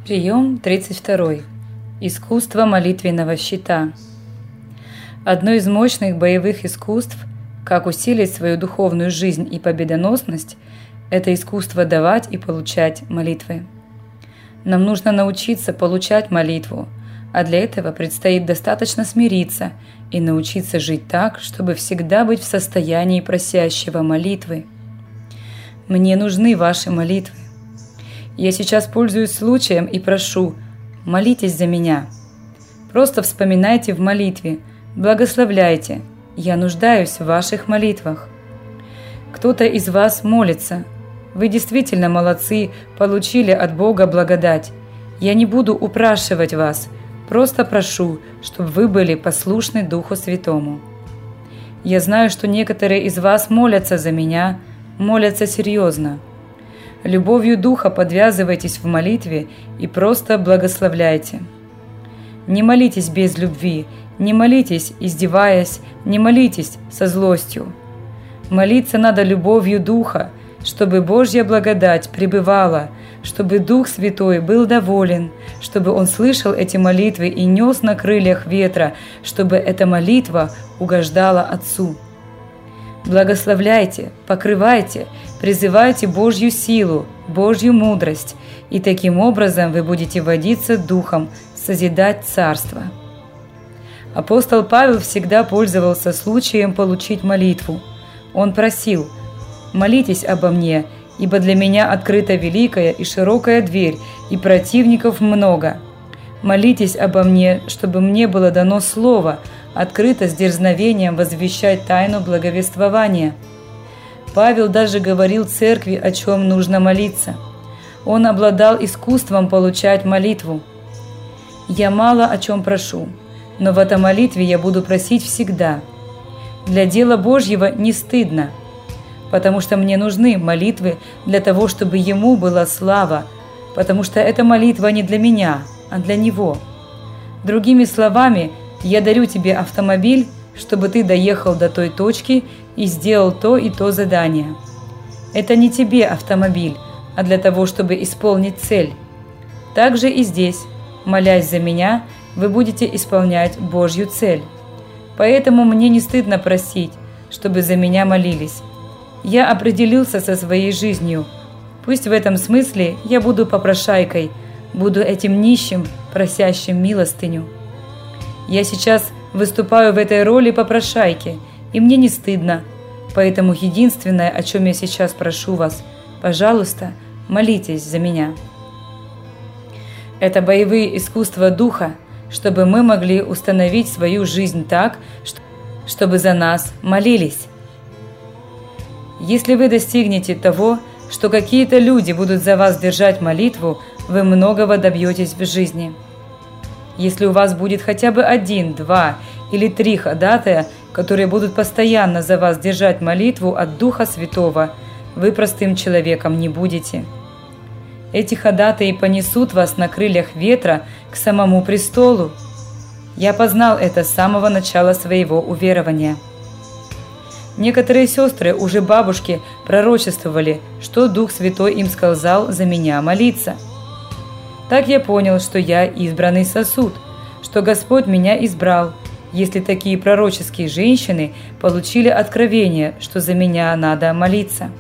Прием 32. Искусство молитвенного щита. Одно из мощных боевых искусств, как усилить свою духовную жизнь и победоносность, это искусство давать и получать молитвы. Нам нужно научиться получать молитву, а для этого предстоит достаточно смириться и научиться жить так, чтобы всегда быть в состоянии просящего молитвы. Мне нужны ваши молитвы. Я сейчас пользуюсь случаем и прошу, молитесь за меня. Просто вспоминайте в молитве, благословляйте. Я нуждаюсь в ваших молитвах. Кто-то из вас молится. Вы действительно молодцы, получили от Бога благодать. Я не буду упрашивать вас, просто прошу, чтобы вы были послушны Духу Святому. Я знаю, что некоторые из вас молятся за меня, молятся серьезно. Любовью Духа подвязывайтесь в молитве и просто благословляйте. Не молитесь без любви, не молитесь, издеваясь, не молитесь со злостью. Молиться надо любовью Духа, чтобы Божья благодать пребывала, чтобы Дух Святой был доволен, чтобы Он слышал эти молитвы и нес на крыльях ветра, чтобы эта молитва угождала Отцу. Благословляйте, покрывайте, призывайте Божью силу, Божью мудрость, и таким образом вы будете водиться Духом, созидать Царство. Апостол Павел всегда пользовался случаем получить молитву. Он просил: «Молитесь обо мне, ибо для меня открыта великая и широкая дверь, и противников много. Молитесь обо мне, чтобы мне было дано слово, открыто с дерзновением возвещать тайну благовествования». Павел даже говорил церкви, о чем нужно молиться. Он обладал искусством получать молитву. «Я мало о чем прошу, но в этой молитве я буду просить всегда. Для дела Божьего не стыдно, потому что мне нужны молитвы для того, чтобы Ему была слава, потому что эта молитва не для меня, а для Него. Другими словами, я дарю тебе автомобиль, чтобы ты доехал до той точки и сделал то и то задание. Это не тебе автомобиль, а для того, чтобы исполнить цель. Так же и здесь, молясь за меня, вы будете исполнять Божью цель. Поэтому мне не стыдно просить, чтобы за меня молились. Я определился со своей жизнью. Пусть в этом смысле я буду попрошайкой, буду этим нищим, просящим милостыню. Я сейчас выступаю в этой роли попрошайки, и мне не стыдно. Поэтому единственное, о чем я сейчас прошу вас, пожалуйста, молитесь за меня. Это боевые искусства Духа, чтобы мы могли установить свою жизнь так, чтобы за нас молились. Если вы достигнете того, что какие-то люди будут за вас держать молитву, вы многого добьетесь в жизни. Если у вас будет хотя бы 1, 2 или 3 ходатая, которые будут постоянно за вас держать молитву от Духа Святого, вы простым человеком не будете. Эти ходатаи понесут вас на крыльях ветра к самому престолу. Я познал это с самого начала своего уверования. Некоторые сестры, уже бабушки, пророчествовали, что Дух Святой им сказал за меня молиться. Так я понял, что я избранный сосуд, что Господь меня избрал, если такие пророческие женщины получили откровение, что за меня надо молиться.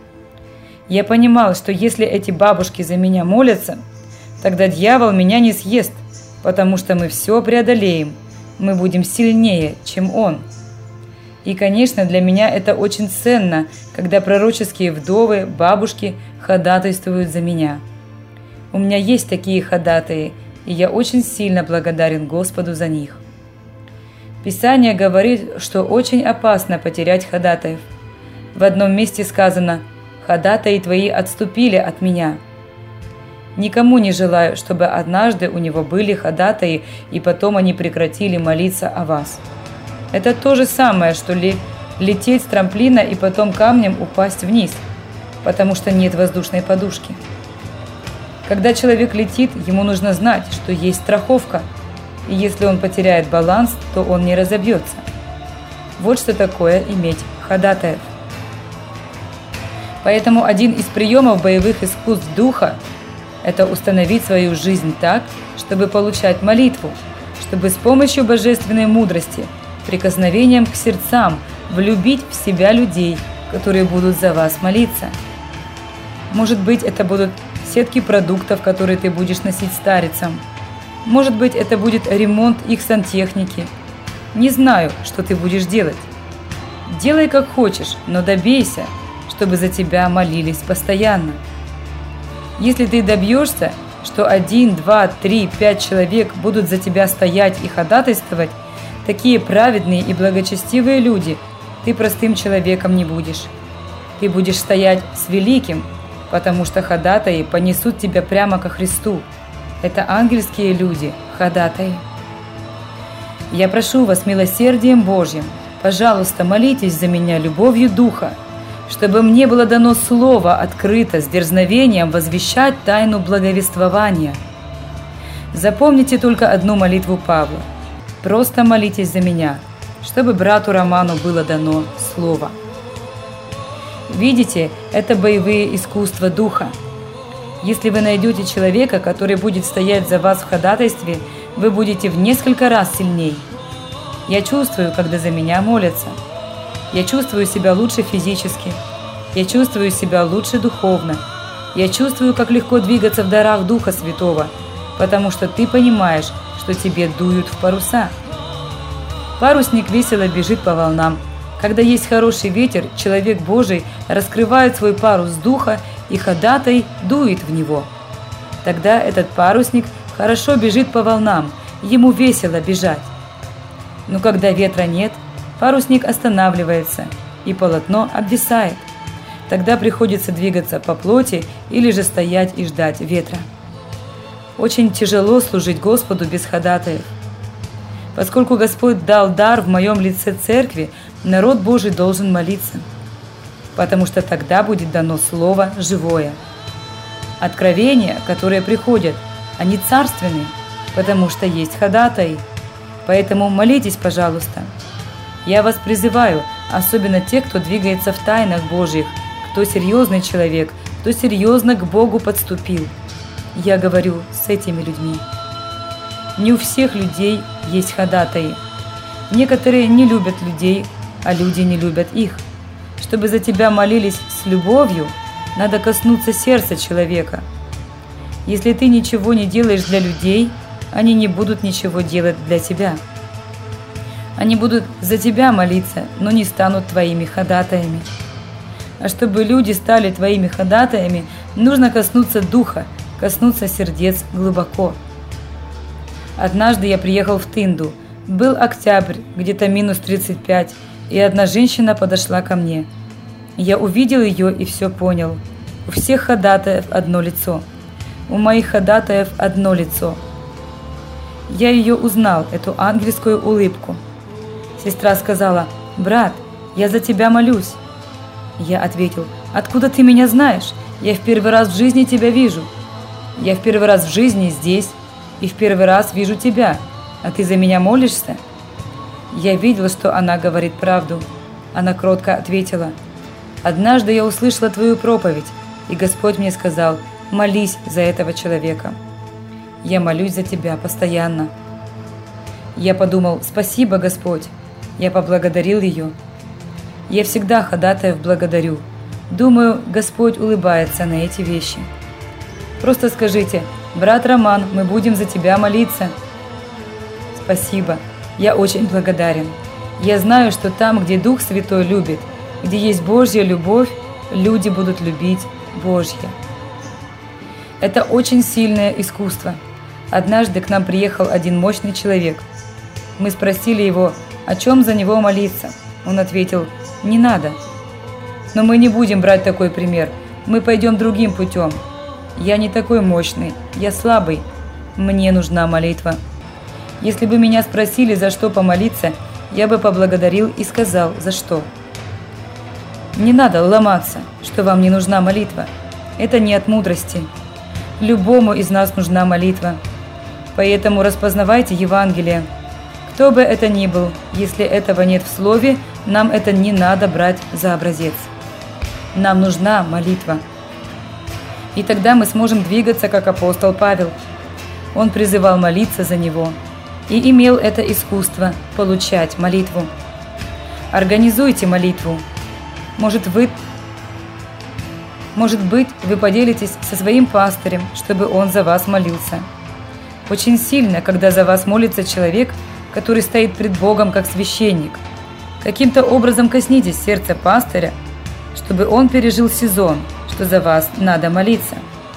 Я понимал, что если эти бабушки за меня молятся, тогда дьявол меня не съест, потому что мы все преодолеем, мы будем сильнее, чем он. И, конечно, для меня это очень ценно, когда пророческие вдовы, бабушки ходатайствуют за меня. У меня есть такие ходатаи, и я очень сильно благодарен Господу за них. Писание говорит, что очень опасно потерять ходатаев. В одном месте сказано: «Ходатаи твои отступили от меня». Никому не желаю, чтобы однажды у него были ходатаи, и потом они прекратили молиться о вас. Это то же самое, что лететь с трамплина и потом камнем упасть вниз, потому что нет воздушной подушки. Когда человек летит, ему нужно знать, что есть страховка, и если он потеряет баланс, то он не разобьется. Вот что такое иметь ходатаев. Поэтому один из приемов боевых искусств Духа это установить свою жизнь так, чтобы получать молитву, чтобы с помощью божественной мудрости, прикосновением к сердцам влюбить в себя людей, которые будут за вас молиться. Может быть, это будут сетки продуктов, которые ты будешь носить старицам. Может быть, это будет ремонт их сантехники. Не знаю, что ты будешь делать. Делай как хочешь, но добейся, чтобы за тебя молились постоянно. Если ты добьешься, что 1, 2, 3, 5 человек будут за тебя стоять и ходатайствовать, такие праведные и благочестивые люди, ты простым человеком не будешь. Ты будешь стоять с великим, потому что ходатаи понесут тебя прямо ко Христу. Это ангельские люди, ходатаи. Я прошу вас милосердием Божьим, пожалуйста, молитесь за меня любовью Духа, чтобы мне было дано слово открыто с дерзновением возвещать тайну благовествования. Запомните только одну молитву Павла. Просто молитесь за меня, чтобы брату Роману было дано слово. Видите, это боевые искусства Духа. Если вы найдете человека, который будет стоять за вас в ходатайстве, вы будете в несколько раз сильней. Я чувствую, когда за меня молятся. Я чувствую себя лучше физически. Я чувствую себя лучше духовно. Я чувствую, как легко двигаться в дарах Духа Святого, потому что ты понимаешь, что тебе дуют в паруса. Парусник весело бежит по волнам. Когда есть хороший ветер, человек Божий раскрывает свой парус Духа, и ходатай дует в него. Тогда этот парусник хорошо бежит по волнам, ему весело бежать. Но когда ветра нет, парусник останавливается, и полотно обвисает. Тогда приходится двигаться по плоти или же стоять и ждать ветра. Очень тяжело служить Господу без ходатаев. Поскольку Господь дал дар в моем лице церкви, народ Божий должен молиться, потому что тогда будет дано слово живое. Откровения, которые приходят, они царственные, потому что есть ходатаи. Поэтому молитесь, пожалуйста. Я вас призываю, особенно тех, кто двигается в тайнах Божьих, кто серьезный человек, кто серьезно к Богу подступил. Я говорю с этими людьми. Не у всех людей есть ходатаи. Некоторые не любят людей, а люди не любят их. Чтобы за тебя молились с любовью, надо коснуться сердца человека. Если ты ничего не делаешь для людей, они не будут ничего делать для тебя. Они будут за тебя молиться, но не станут твоими ходатаями. А чтобы люди стали твоими ходатаями, нужно коснуться духа, коснуться сердец глубоко. Однажды я приехал в Тынду. Был октябрь, где-то минус 35, и одна женщина подошла ко мне. Я увидел ее и все понял. У всех ходатаев одно лицо. У моих ходатаев одно лицо. Я ее узнал, эту ангельскую улыбку. Сестра сказала: «Брат, я за тебя молюсь». Я ответил: «Откуда ты меня знаешь? Я в первый раз в жизни тебя вижу. Я в первый раз в жизни здесь и в первый раз вижу тебя, а ты за меня молишься?» Я видел, что она говорит правду. Она кротко ответила: «Однажды я услышала твою проповедь, и Господь мне сказал: молись за этого человека. Я молюсь за тебя постоянно». Я подумал: спасибо, Господь. Я поблагодарил ее. Я всегда ходатаев благодарю. Думаю, Господь улыбается на эти вещи. Просто скажите: брат Роман, мы будем за тебя молиться. Спасибо. Я очень благодарен. Я знаю, что там, где Дух Святой любит, где есть Божья любовь, люди будут любить Божье. Это очень сильное искусство. Однажды к нам приехал один мощный человек. Мы спросили его, о чем за него молиться. Он ответил: не надо. Но мы не будем брать такой пример. Мы пойдем другим путем. Я не такой мощный, я слабый. Мне нужна молитва. Если бы меня спросили, за что помолиться, я бы поблагодарил и сказал, за что. Не надо ломаться, что вам не нужна молитва. Это не от мудрости. Любому из нас нужна молитва. Поэтому распознавайте Евангелие. Кто бы это ни был, если этого нет в Слове, нам это не надо брать за образец. Нам нужна молитва. И тогда мы сможем двигаться, как апостол Павел. Он призывал молиться за него и имел это искусство получать молитву. Организуйте молитву. Может быть, вы поделитесь со своим пастырем, чтобы он за вас молился. Очень сильно, когда за вас молится человек, который стоит пред Богом как священник. Каким-то образом коснитесь сердца пастыря, чтобы он пережил сезон, что за вас надо молиться.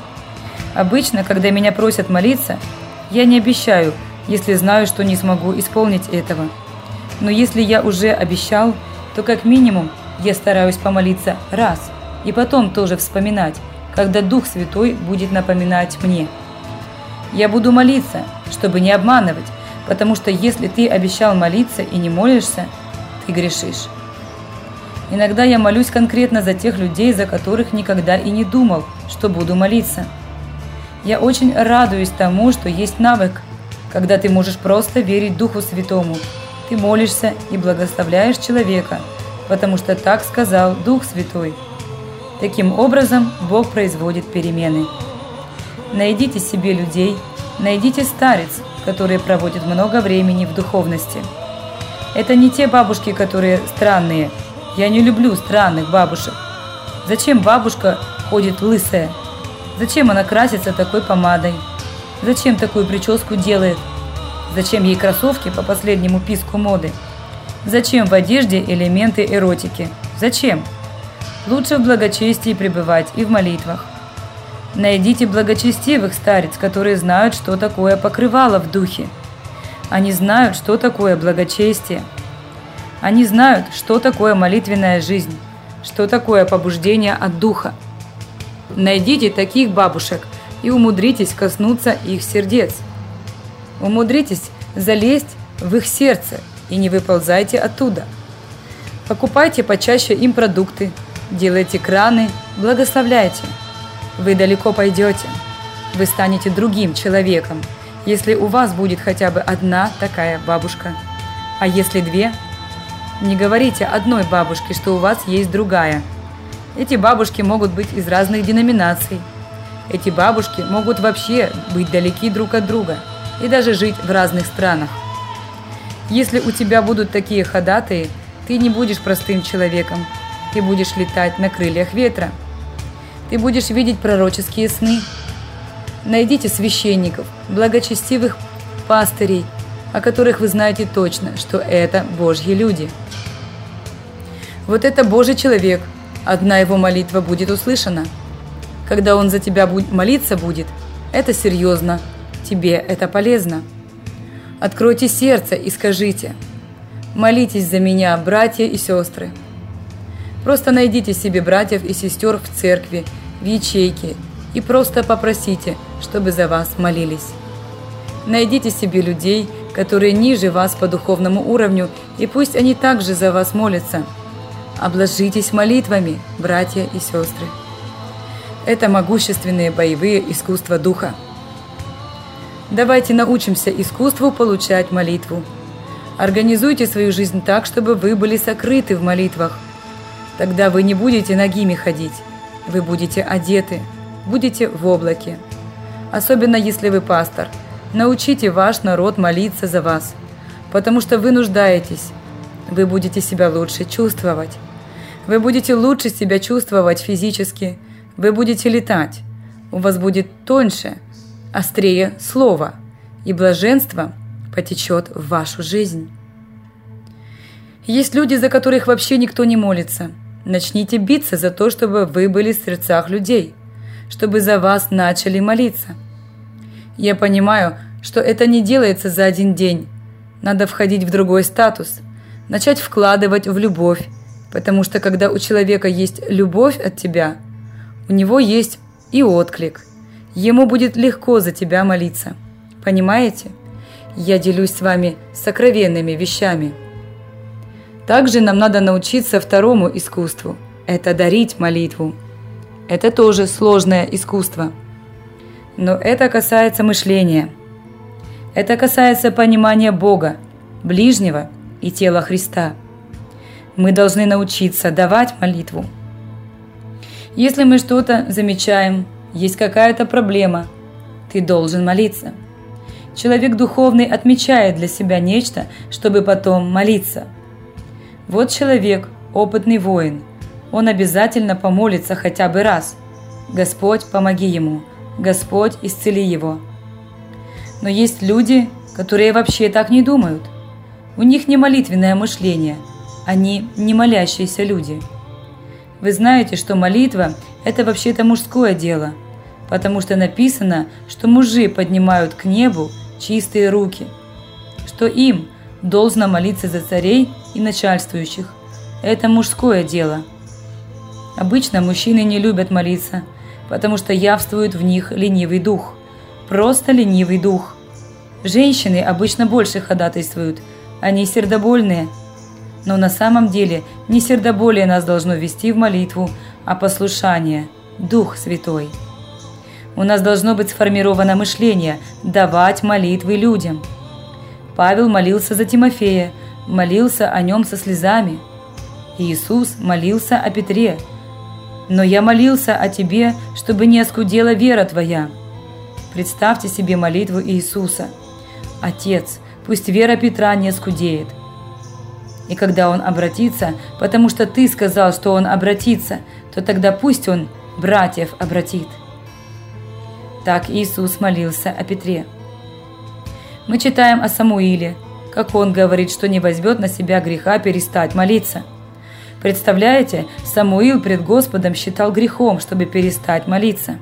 Обычно, когда меня просят молиться, я не обещаю, если знаю, что не смогу исполнить этого. Но если я уже обещал, то как минимум я стараюсь помолиться раз, и потом тоже вспоминать, когда Дух Святой будет напоминать мне. Я буду молиться, чтобы не обманывать, потому что если ты обещал молиться и не молишься, ты грешишь. Иногда я молюсь конкретно за тех людей, за которых никогда и не думал, что буду молиться. Я очень радуюсь тому, что есть навык, когда ты можешь просто верить Духу Святому. Ты молишься и благословляешь человека, потому что так сказал Дух Святой. Таким образом, Бог производит перемены. Найдите себе людей, найдите старец, которые проводят много времени в духовности. Это не те бабушки, которые странные. Я не люблю странных бабушек. Зачем бабушка ходит лысая? Зачем она красится такой помадой? Зачем такую прическу делает? Зачем ей кроссовки по последнему писку моды? Зачем в одежде элементы эротики? Зачем? Лучше в благочестии пребывать и в молитвах. Найдите благочестивых старец, которые знают, что такое покрывало в духе. Они знают, что такое благочестие. Они знают, что такое молитвенная жизнь, что такое побуждение от духа. Найдите таких бабушек и умудритесь коснуться их сердец. Умудритесь залезть в их сердце и не выползайте оттуда. Покупайте почаще им продукты, делайте краны, благословляйте. Вы далеко пойдете. Вы станете другим человеком, если у вас будет хотя бы одна такая бабушка. А если две? Не говорите одной бабушке, что у вас есть другая. Эти бабушки могут быть из разных деноминаций. Эти бабушки могут вообще быть далеки друг от друга и даже жить в разных странах. Если у тебя будут такие ходатаи, ты не будешь простым человеком. Ты будешь летать на крыльях ветра. Ты будешь видеть пророческие сны. Найдите священников, благочестивых пастырей, о которых вы знаете точно, что это Божьи люди. Вот это Божий человек, одна его молитва будет услышана. Когда он за тебя молиться будет, это серьезно, тебе это полезно. Откройте сердце и скажите: молитесь за меня, братья и сестры. Просто найдите себе братьев и сестер в церкви, в ячейке и просто попросите, чтобы за вас молились. Найдите себе людей, которые ниже вас по духовному уровню, и пусть они также за вас молятся. Обложитесь молитвами, братья и сестры. Это могущественные боевые искусства Духа. Давайте научимся искусству получать молитву. Организуйте свою жизнь так, чтобы вы были сокрыты в молитвах. Тогда вы не будете нагими ходить, вы будете одеты, будете в облаке. Особенно если вы пастор, научите ваш народ молиться за вас, потому что вы нуждаетесь. Вы будете себя лучше чувствовать. Вы будете лучше себя чувствовать физически. Вы будете летать. У вас будет тоньше, острее слово, и блаженство потечет в вашу жизнь. Есть люди, за которых вообще никто не молится. Начните биться за то, чтобы вы были в сердцах людей, чтобы за вас начали молиться. Я понимаю, что это не делается за один день. Надо входить в другой статус, начать вкладывать в любовь, потому что когда у человека есть любовь от тебя, у него есть и отклик. Ему будет легко за тебя молиться. Понимаете? Я делюсь с вами сокровенными вещами. Также нам надо научиться второму искусству – это дарить молитву. Это тоже сложное искусство. Но это касается мышления. Это касается понимания Бога, ближнего и тела Христа. Мы должны научиться давать молитву. Если мы что-то замечаем, есть какая-то проблема, ты должен молиться. Человек духовный отмечает для себя нечто, чтобы потом молиться. Вот человек, опытный воин, он обязательно помолится хотя бы раз. Господь, помоги ему, Господь, исцели его. Но есть люди, которые вообще так не думают. У них не молитвенное мышление, они не молящиеся люди. Вы знаете, что молитва – это вообще-то мужское дело, потому что написано, что мужи поднимают к небу чистые руки, что им должно молиться за царей и начальствующих. Это мужское дело. Обычно мужчины не любят молиться, потому что явствует в них ленивый дух, просто ленивый дух. Женщины обычно больше ходатайствуют, они сердобольные. Но на самом деле не сердоболие нас должно вести в молитву, а послушание, Дух Святой. У нас должно быть сформировано мышление, давать молитвы людям. Павел молился за Тимофея, молился о нем со слезами. Иисус молился о Петре. Но я молился о тебе, чтобы не оскудела вера твоя. Представьте себе молитву Иисуса. Отец, пусть вера Петра не оскудеет. И когда он обратится, потому что ты сказал, что он обратится, то тогда пусть он братьев обратит. Так Иисус молился о Петре. Мы читаем о Самуиле, как он говорит, что не возьмет на себя греха перестать молиться. Представляете, Самуил пред Господом считал грехом, чтобы перестать молиться.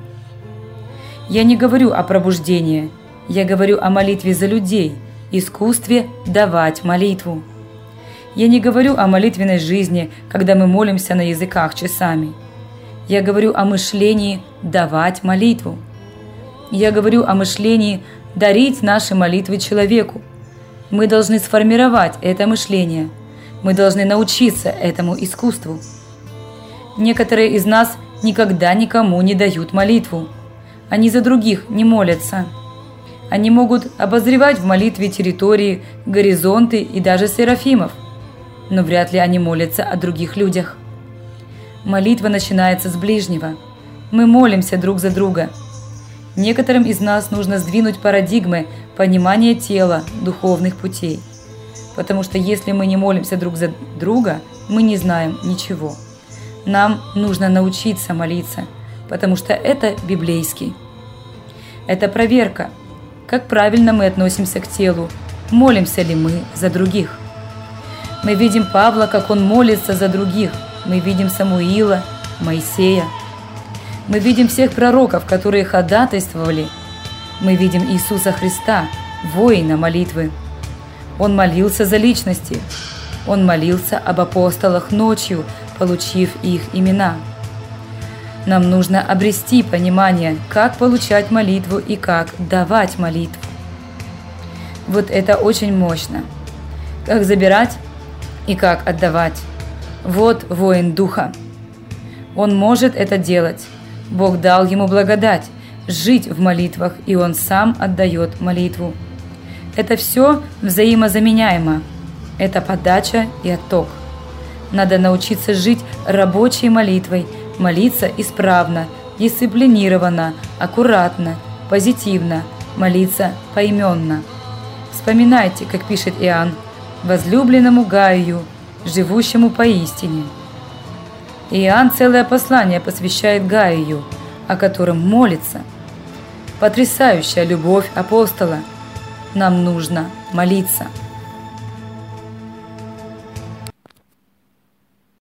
Я не говорю о пробуждении, я говорю о молитве за людей, искусстве давать молитву. Я не говорю о молитвенной жизни, когда мы молимся на языках часами. Я говорю о мышлении давать молитву. Я говорю о мышлении дарить наши молитвы человеку. Мы должны сформировать это мышление. Мы должны научиться этому искусству. Некоторые из нас никогда никому не дают молитву. Они за других не молятся. Они могут обозревать в молитве территории, горизонты и даже серафимов, но вряд ли они молятся о других людях. Молитва начинается с ближнего. Мы молимся друг за друга. Некоторым из нас нужно сдвинуть парадигмы понимания тела, духовных путей. Потому что если мы не молимся друг за друга, мы не знаем ничего. Нам нужно научиться молиться, потому что это библейский. Это проверка, как правильно мы относимся к телу, молимся ли мы за других. Мы видим Павла, как он молится за других. Мы видим Самуила, Моисея. Мы видим всех пророков, которые ходатайствовали. Мы видим Иисуса Христа, воина молитвы. Он молился за личности. Он молился об апостолах ночью, получив их имена. Нам нужно обрести понимание, как получать молитву и как давать молитву. Вот это очень мощно. Как забирать и как отдавать. Вот воин Духа. Он может это делать. Бог дал ему благодать жить в молитвах, и он сам отдает молитву. Это все взаимозаменяемо. Это подача и отток. Надо научиться жить рабочей молитвой, молиться исправно, дисциплинированно, аккуратно, позитивно, молиться поименно. Вспоминайте, как пишет Иоанн, возлюбленному Гаю, живущему поистине. Иоанн целое послание посвящает Гаю, о котором молится. Потрясающая любовь апостола. Нам нужно молиться.